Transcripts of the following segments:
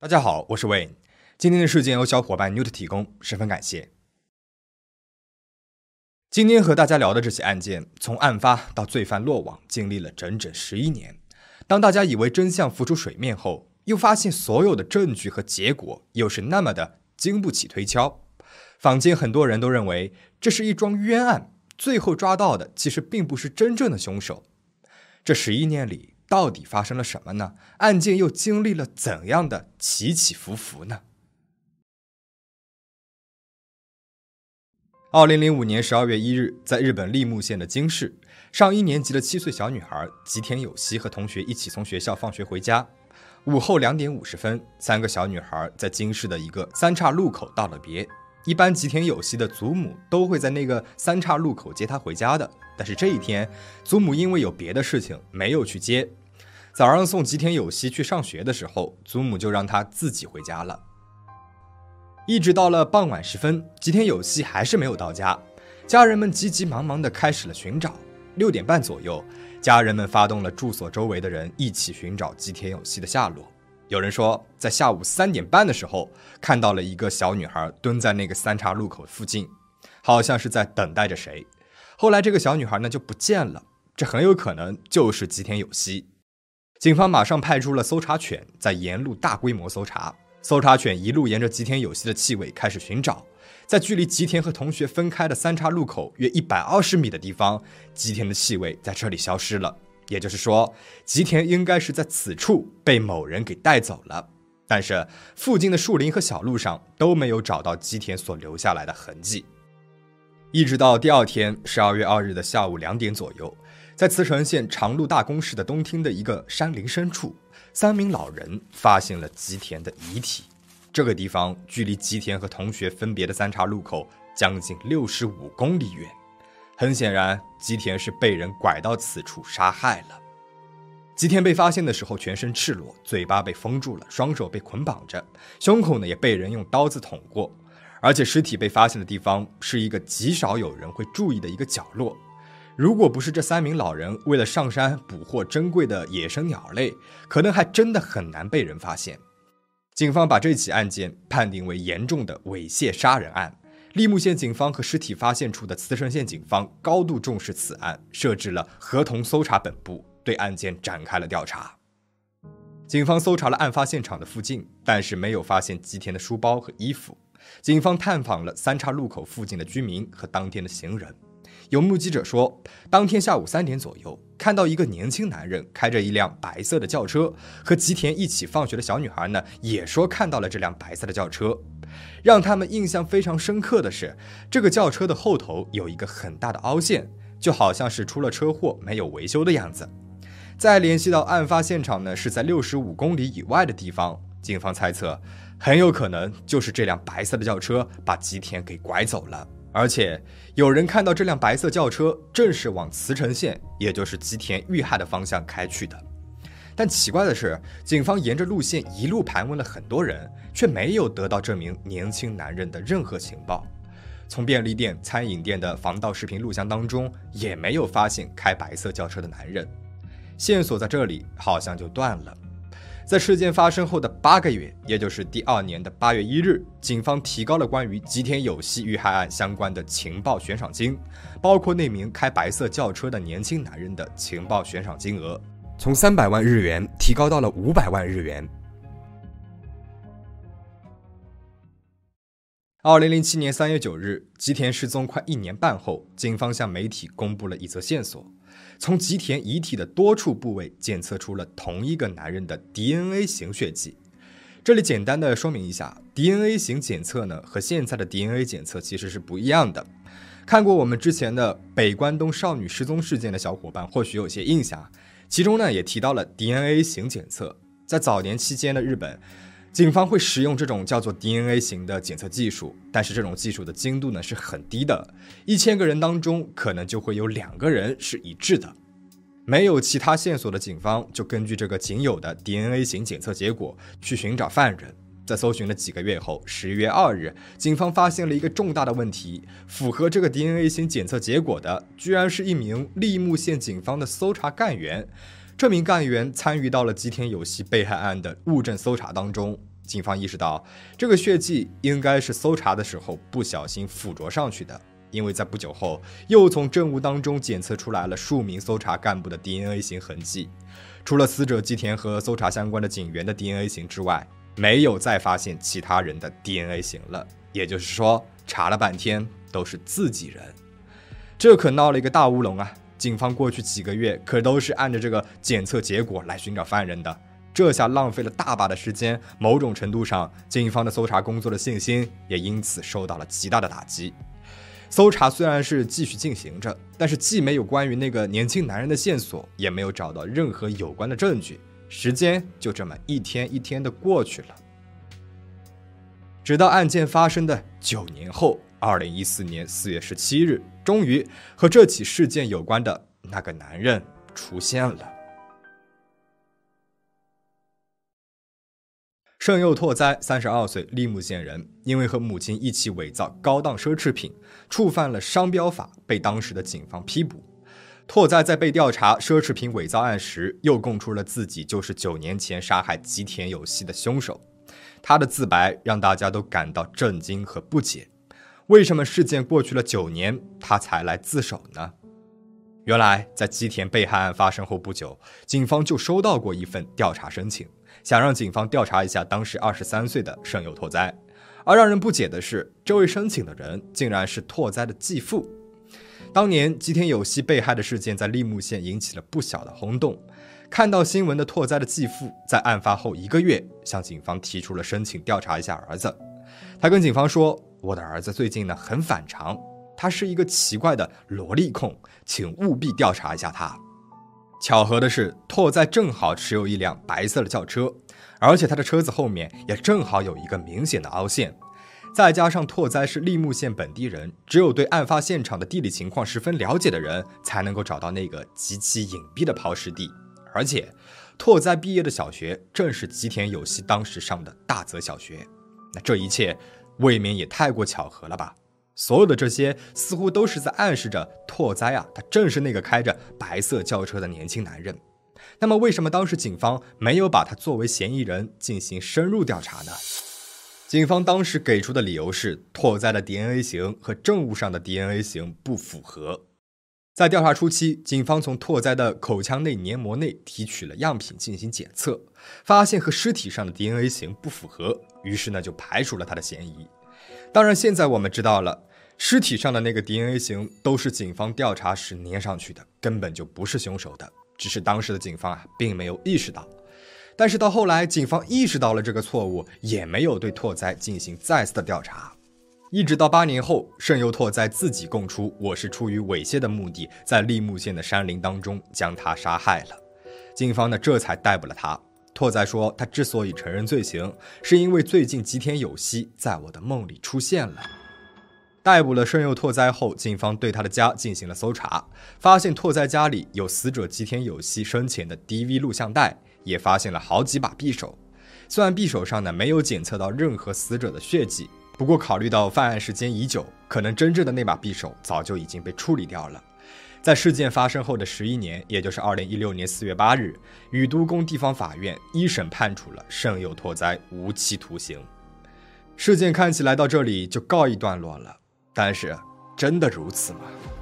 大家好，我是 Wayne。今天的事件由小伙伴 Newt 提供，十分感谢。今天和大家聊的这起案件，从案发到罪犯落网，经历了整整11年。当大家以为真相浮出水面后，又发现所有的证据和结果又是那么的经不起推敲。坊间很多人都认为这是一桩冤案，最后抓到的其实并不是真正的凶手。这11年里，到底发生了什么呢？案件又经历了怎样的起起伏伏呢？2005年12月1日，在日本立木县的京市，上1年级的7岁小女孩吉田有希和同学一起从学校放学回家。午后2点50分，3个小女孩在京市的一个三岔路口道了别。一般吉田有希的祖母都会在那个三岔路口接她回家的，但是这一天，祖母因为有别的事情没有去接。早上送吉田有希去上学的时候，祖母就让她自己回家了。一直到了傍晚时分，吉田有希还是没有到家，家人们急急忙忙地开始了寻找。6点半左右，家人们发动了住所周围的人一起寻找吉田有希的下落。有人说，在下午3点半的时候，看到了一个小女孩蹲在那个三岔路口附近，好像是在等待着谁。后来这个小女孩呢就不见了，这很有可能就是吉田有希。警方马上派出了搜查犬，在沿路大规模搜查。搜查犬一路沿着吉田有希的气味开始寻找，在距离吉田和同学分开的三岔路口约120米的地方，吉田的气味在这里消失了。也就是说，吉田应该是在此处被某人给带走了。但是附近的树林和小路上都没有找到吉田所留下来的痕迹。一直到第二天12月2日的下午2点左右，在茨城县长鹿大宫市的东厅的一个山林深处，3名老人发现了吉田的遗体。这个地方距离吉田和同学分别的三岔路口将近65公里远。很显然，吉田是被人拐到此处杀害了。吉田被发现的时候全身赤裸，嘴巴被封住了，双手被捆绑着，胸口呢也被人用刀子捅过。而且尸体被发现的地方是一个极少有人会注意的一个角落。如果不是这3名老人为了上山捕获珍贵的野生鸟类，可能还真的很难被人发现。警方把这起案件判定为严重的猥亵杀人案。立木县警方和尸体发现处的茨城县警方高度重视此案，设置了合同搜查本部，对案件展开了调查。警方搜查了案发现场的附近，但是没有发现吉田的书包和衣服。警方探访了三岔路口附近的居民和当天的行人。有目击者说，当天下午3点左右，看到一个年轻男人开着一辆白色的轿车，和吉田一起放学的小女孩呢，也说看到了这辆白色的轿车。让他们印象非常深刻的是，这个轿车的后头有一个很大的凹陷，就好像是出了车祸没有维修的样子。再联系到案发现场呢，是在65公里以外的地方，警方猜测很有可能就是这辆白色的轿车把吉田给拐走了。而且有人看到这辆白色轿车正是往茨城县，也就是吉田遇害的方向开去的。但奇怪的是，警方沿着路线一路盘问了很多人，却没有得到这名年轻男人的任何情报。从便利店、餐饮店的防盗视频录像当中，也没有发现开白色轿车的男人。线索在这里好像就断了。在事件发生后的8个月，也就是第2年的8月1日，警方提高了关于吉田有希遇害案相关的情报悬赏金，包括那名开白色轿车的年轻男人的情报悬赏金额，从300万日元提高到了500万日元。2007年3月9日，吉田失踪快1年半后，警方向媒体公布了一则线索。从吉田遗体的多处部位检测出了同一个男人的 DNA 型血迹。这里简单的说明一下， DNA 型检测呢和现在的 DNA 检测其实是不一样的。看过我们之前的北关东少女失踪事件的小伙伴或许有些印象，其中呢也提到了 DNA 型检测。在早年期间的日本，警方会使用这种叫做 DNA 型的检测技术，但是这种技术的精度呢是很低的，1000个人当中可能就会有2个人是一致的。没有其他线索的警方就根据这个仅有的 DNA 型检测结果去寻找犯人。在搜寻了几个月后，11月2日，警方发现了一个重大的问题，符合这个 DNA 型检测结果的，居然是一名立木县警方的搜查干员。这名干员参与到了吉田有希被害案的物证搜查当中。 警方意识到这个血迹应该是搜查的时候不小心附着上去的，因为在不久后又从证物当中检测出来了数名搜查干部的 DNA 型痕迹。除了死者吉田和搜查相关的警员的 DNA 型之外，没有再发现其他人的 DNA 型了，也就是说查了半天都是自己人。这可闹了一个大乌龙啊！警方过去几个月可都是按着这个检测结果来寻找犯人的，这下浪费了大把的时间，某种程度上警方的搜查工作的信心也因此受到了极大的打击。搜查虽然是继续进行着，但是既没有关于那个年轻男人的线索，也没有找到任何有关的证据，时间就这么一天一天的过去了。直到案件发生的9年后，2014年4月17日，终于和这起事件有关的那个男人出现了。盛佑拓哉32岁，利木县人，因为和母亲一起伪造高档奢侈品，触犯了商标法，被当时的警方批捕。拓哉在被调查奢侈品伪造案时，又供出了自己就是9年前杀害吉田有希的凶手。他的自白让大家都感到震惊和不解，为什么事件过去了9年，他才来自首呢？原来在吉田被害案发生后不久，警方就收到过一份调查申请，想让警方调查一下当时23岁的盛佑拓哉。而让人不解的是，这位申请的人竟然是拓哉的继父。当年吉田有希被害的事件在利木县引起了不小的轰动，看到新闻的拓哉的继父在案发后1个月向警方提出了申请调查一下儿子。他跟警方说，我的儿子最近很反常，他是一个奇怪的萝莉控，请务必调查一下他。巧合的是，拓哉正好持有一辆白色的轿车，而且他的车子后面也正好有一个明显的凹陷。再加上拓哉是利木县本地人，只有对案发现场的地理情况十分了解的人才能够找到那个极其隐蔽的抛尸地。而且拓哉毕业的小学正是吉田有希当时上的大泽小学，那这一切未免也太过巧合了吧？所有的这些似乎都是在暗示着拓哉他正是那个开着白色轿车的年轻男人。那么为什么当时警方没有把他作为嫌疑人进行深入调查呢？警方当时给出的理由是，拓哉的 DNA 型和证物上的 DNA 型不符合。在调查初期，警方从拓哉的口腔内黏膜内提取了样品进行检测，发现和尸体上的 DNA 型不符合，于是就排除了他的嫌疑。当然现在我们知道了，尸体上的那个 DNA 型都是警方调查时粘上去的，根本就不是凶手的，只是当时的警方并没有意识到。但是到后来警方意识到了这个错误，也没有对拓哉进行再次的调查。一直到8年后，盛佑拓哉自己供出，我是出于猥亵的目的，在利木县的山林当中将他杀害了。警方这才逮捕了他。拓哉说，他之所以承认罪行，是因为最近吉田有希在我的梦里出现了。逮捕了盛佑拓哉后，警方对他的家进行了搜查，发现拓哉家里有死者吉田有希生前的 DV 录像带，也发现了好几把匕首。虽然匕首上没有检测到任何死者的血迹，不过考虑到犯案时间已久，可能真正的那把匕首早就已经被处理掉了。在事件发生后的11年，也就是2016年4月8日，宇都宫地方法院一审判处了盛佑拓哉无期徒刑。事件看起来到这里就告一段落了，但是真的如此吗？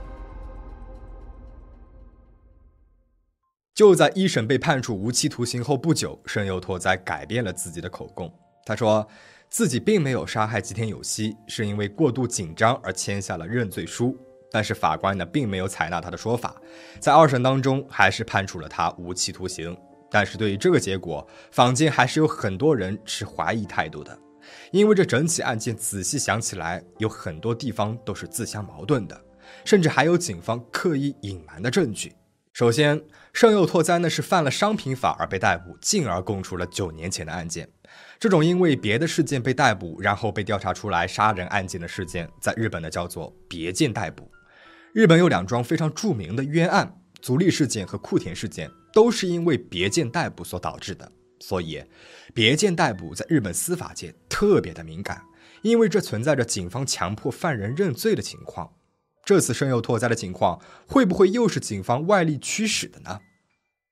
就在一审被判处无期徒刑后不久，盛佑拓哉改变了自己的口供。他说自己并没有杀害吉田有希，是因为过度紧张而签下了认罪书。但是法官并没有采纳他的说法，在2审当中还是判处了他无期徒刑。但是对于这个结果，坊间还是有很多人持怀疑态度的，因为这整起案件仔细想起来，有很多地方都是自相矛盾的，甚至还有警方刻意隐瞒的证据。首先，盛佑拓哉是犯了商品法而被逮捕，进而供出了9年前的案件。这种因为别的事件被逮捕，然后被调查出来杀人案件的事件，在日本叫做别件逮捕。日本有2桩非常著名的冤案，足利事件和库田事件，都是因为别件逮捕所导致的。所以别件逮捕在日本司法界特别的敏感，因为这存在着警方强迫犯人认罪的情况。这次盛佑拓哉的情况，会不会又是警方外力驱使的呢？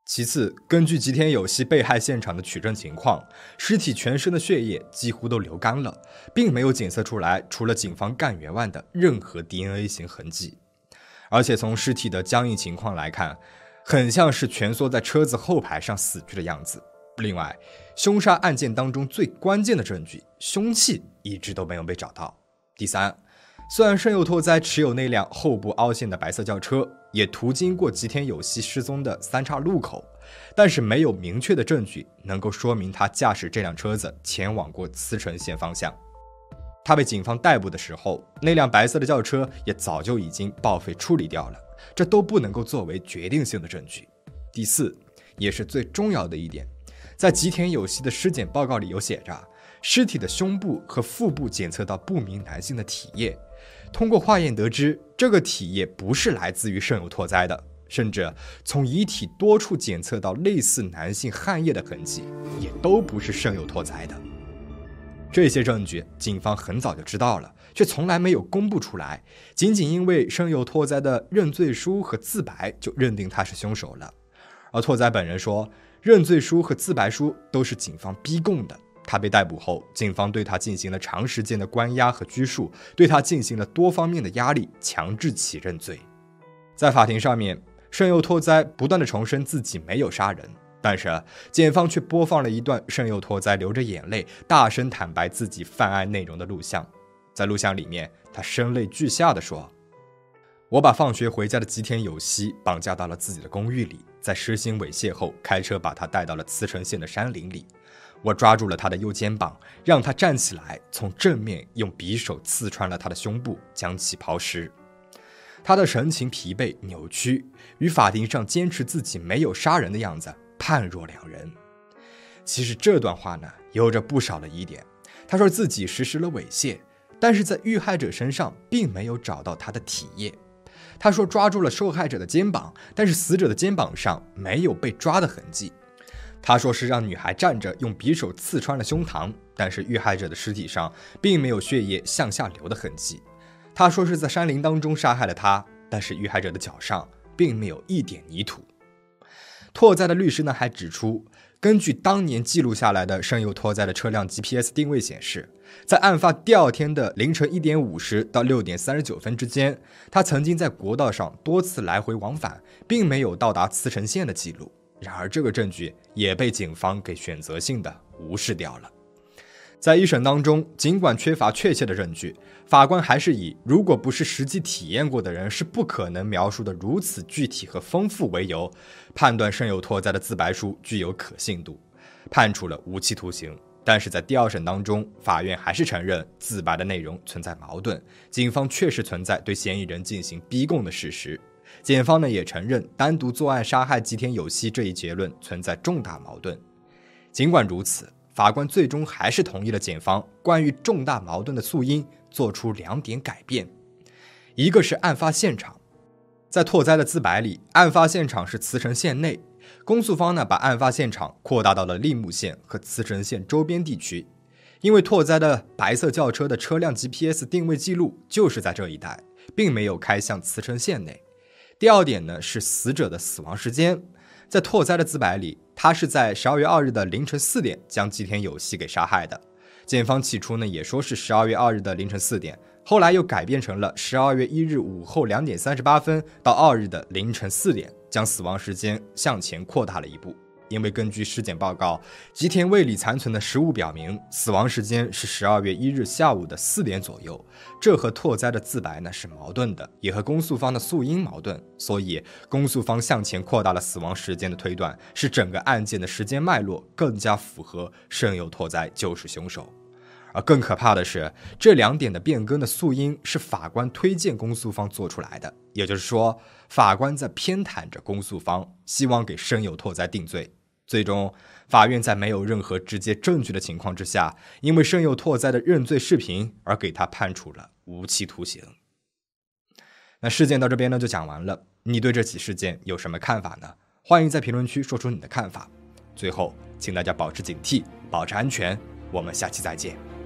其次，根据吉田有希被害现场的取证情况，尸体全身的血液几乎都流干了，并没有检测出来除了警方干员外的任何 DNA 型痕迹。而且从尸体的僵硬情况来看，很像是蜷缩在车子后排上死去的样子。另外，凶杀案件当中最关键的证据凶器一直都没有被找到。第三，虽然盛佑拓哉持有那辆后部凹陷的白色轿车，也途经过吉田有希失踪的三岔路口，但是没有明确的证据能够说明他驾驶这辆车子前往过茨城县方向。他被警方逮捕的时候，那辆白色的轿车也早就已经报废处理掉了，这都不能够作为决定性的证据。第四，也是最重要的一点，在吉田有希的尸检报告里有写着，尸体的胸部和腹部检测到不明男性的体液，通过化验得知，这个体液不是来自于盛佑拓哉的，甚至从遗体多处检测到类似男性汗液的痕迹，也都不是盛佑拓哉的。这些证据警方很早就知道了，却从来没有公布出来，仅仅因为盛佑拓哉的认罪书和自白就认定他是凶手了。而拓哉本人说，认罪书和自白书都是警方逼供的。他被逮捕后，警方对他进行了长时间的关押和拘束，对他进行了多方面的压力，强制其认罪。在法庭上面，盛佑拓哉不断地重申自己没有杀人，但是检方却播放了一段盛佑拓哉流着眼泪大声坦白自己犯案内容的录像。在录像里面，他声泪俱下地说，我把放学回家的吉田有希绑架到了自己的公寓里，在实行猥亵后开车把他带到了茨城县的山林里，我抓住了他的右肩膀，让他站起来，从正面用匕首刺穿了他的胸部，将其抛尸。他的神情疲惫扭曲，与法庭上坚持自己没有杀人的样子判若两人。其实这段话呢，有着不少的疑点。他说自己实施了猥亵，但是在遇害者身上并没有找到他的体液。他说抓住了受害者的肩膀，但是死者的肩膀上没有被抓的痕迹。他说是让女孩站着用匕首刺穿了胸膛，但是遇害者的尸体上并没有血液向下流的痕迹。他说是在山林当中杀害了她，但是遇害者的脚上并没有一点泥土。拓哉的律师呢还指出，根据当年记录下来的盛佑拓哉的车辆 GPS 定位显示，在案发第二天的凌晨1点50到6点39分之间，他曾经在国道上多次来回往返，并没有到达茨城县的记录。然而这个证据也被警方给选择性的无视掉了。在一审当中，尽管缺乏确切的证据，法官还是以如果不是实际体验过的人是不可能描述的如此具体和丰富为由，判断盛佑拓哉的自白书具有可信度，判处了无期徒刑。但是在第二审当中，法院还是承认自白的内容存在矛盾，警方确实存在对嫌疑人进行逼供的事实。检方呢也承认单独作案杀害吉田有希这一结论存在重大矛盾。尽管如此，法官最终还是同意了检方关于重大矛盾的诉因，做出2点改变。一个是案发现场，在拓哉的自白里，案发现场是茨城县内，公诉方呢把案发现场扩大到了利木县和茨城县周边地区，因为拓哉的白色轿车的车辆 GPS 定位记录就是在这一带，并没有开向茨城县内。第二点呢是死者的死亡时间，在拓哉的自白里，他是在12月2日的凌晨4点将吉田有希给杀害的。检方起初呢也说是12月2日的凌晨4点，后来又改变成了12月1日午后2点38分到2日的凌晨4点，将死亡时间向前扩大了一步。因为根据尸检报告，吉田胃里残存的食物表明死亡时间是12月1日下午的4点左右，这和拓哉的自白呢是矛盾的，也和公诉方的诉因矛盾，所以公诉方向前扩大了死亡时间的推断，使整个案件的时间脉络更加符合盛佑拓哉就是凶手。而更可怕的是，这2点的变更的诉因是法官推荐公诉方做出来的，也就是说，法官在偏袒着公诉方，希望给盛佑拓哉定罪。最终，法院在没有任何直接证据的情况之下，因为盛佑拓哉的认罪视频而给他判处了无期徒刑。那事件到这边呢就讲完了，你对这起事件有什么看法呢？欢迎在评论区说出你的看法。最后，请大家保持警惕，保持安全，我们下期再见。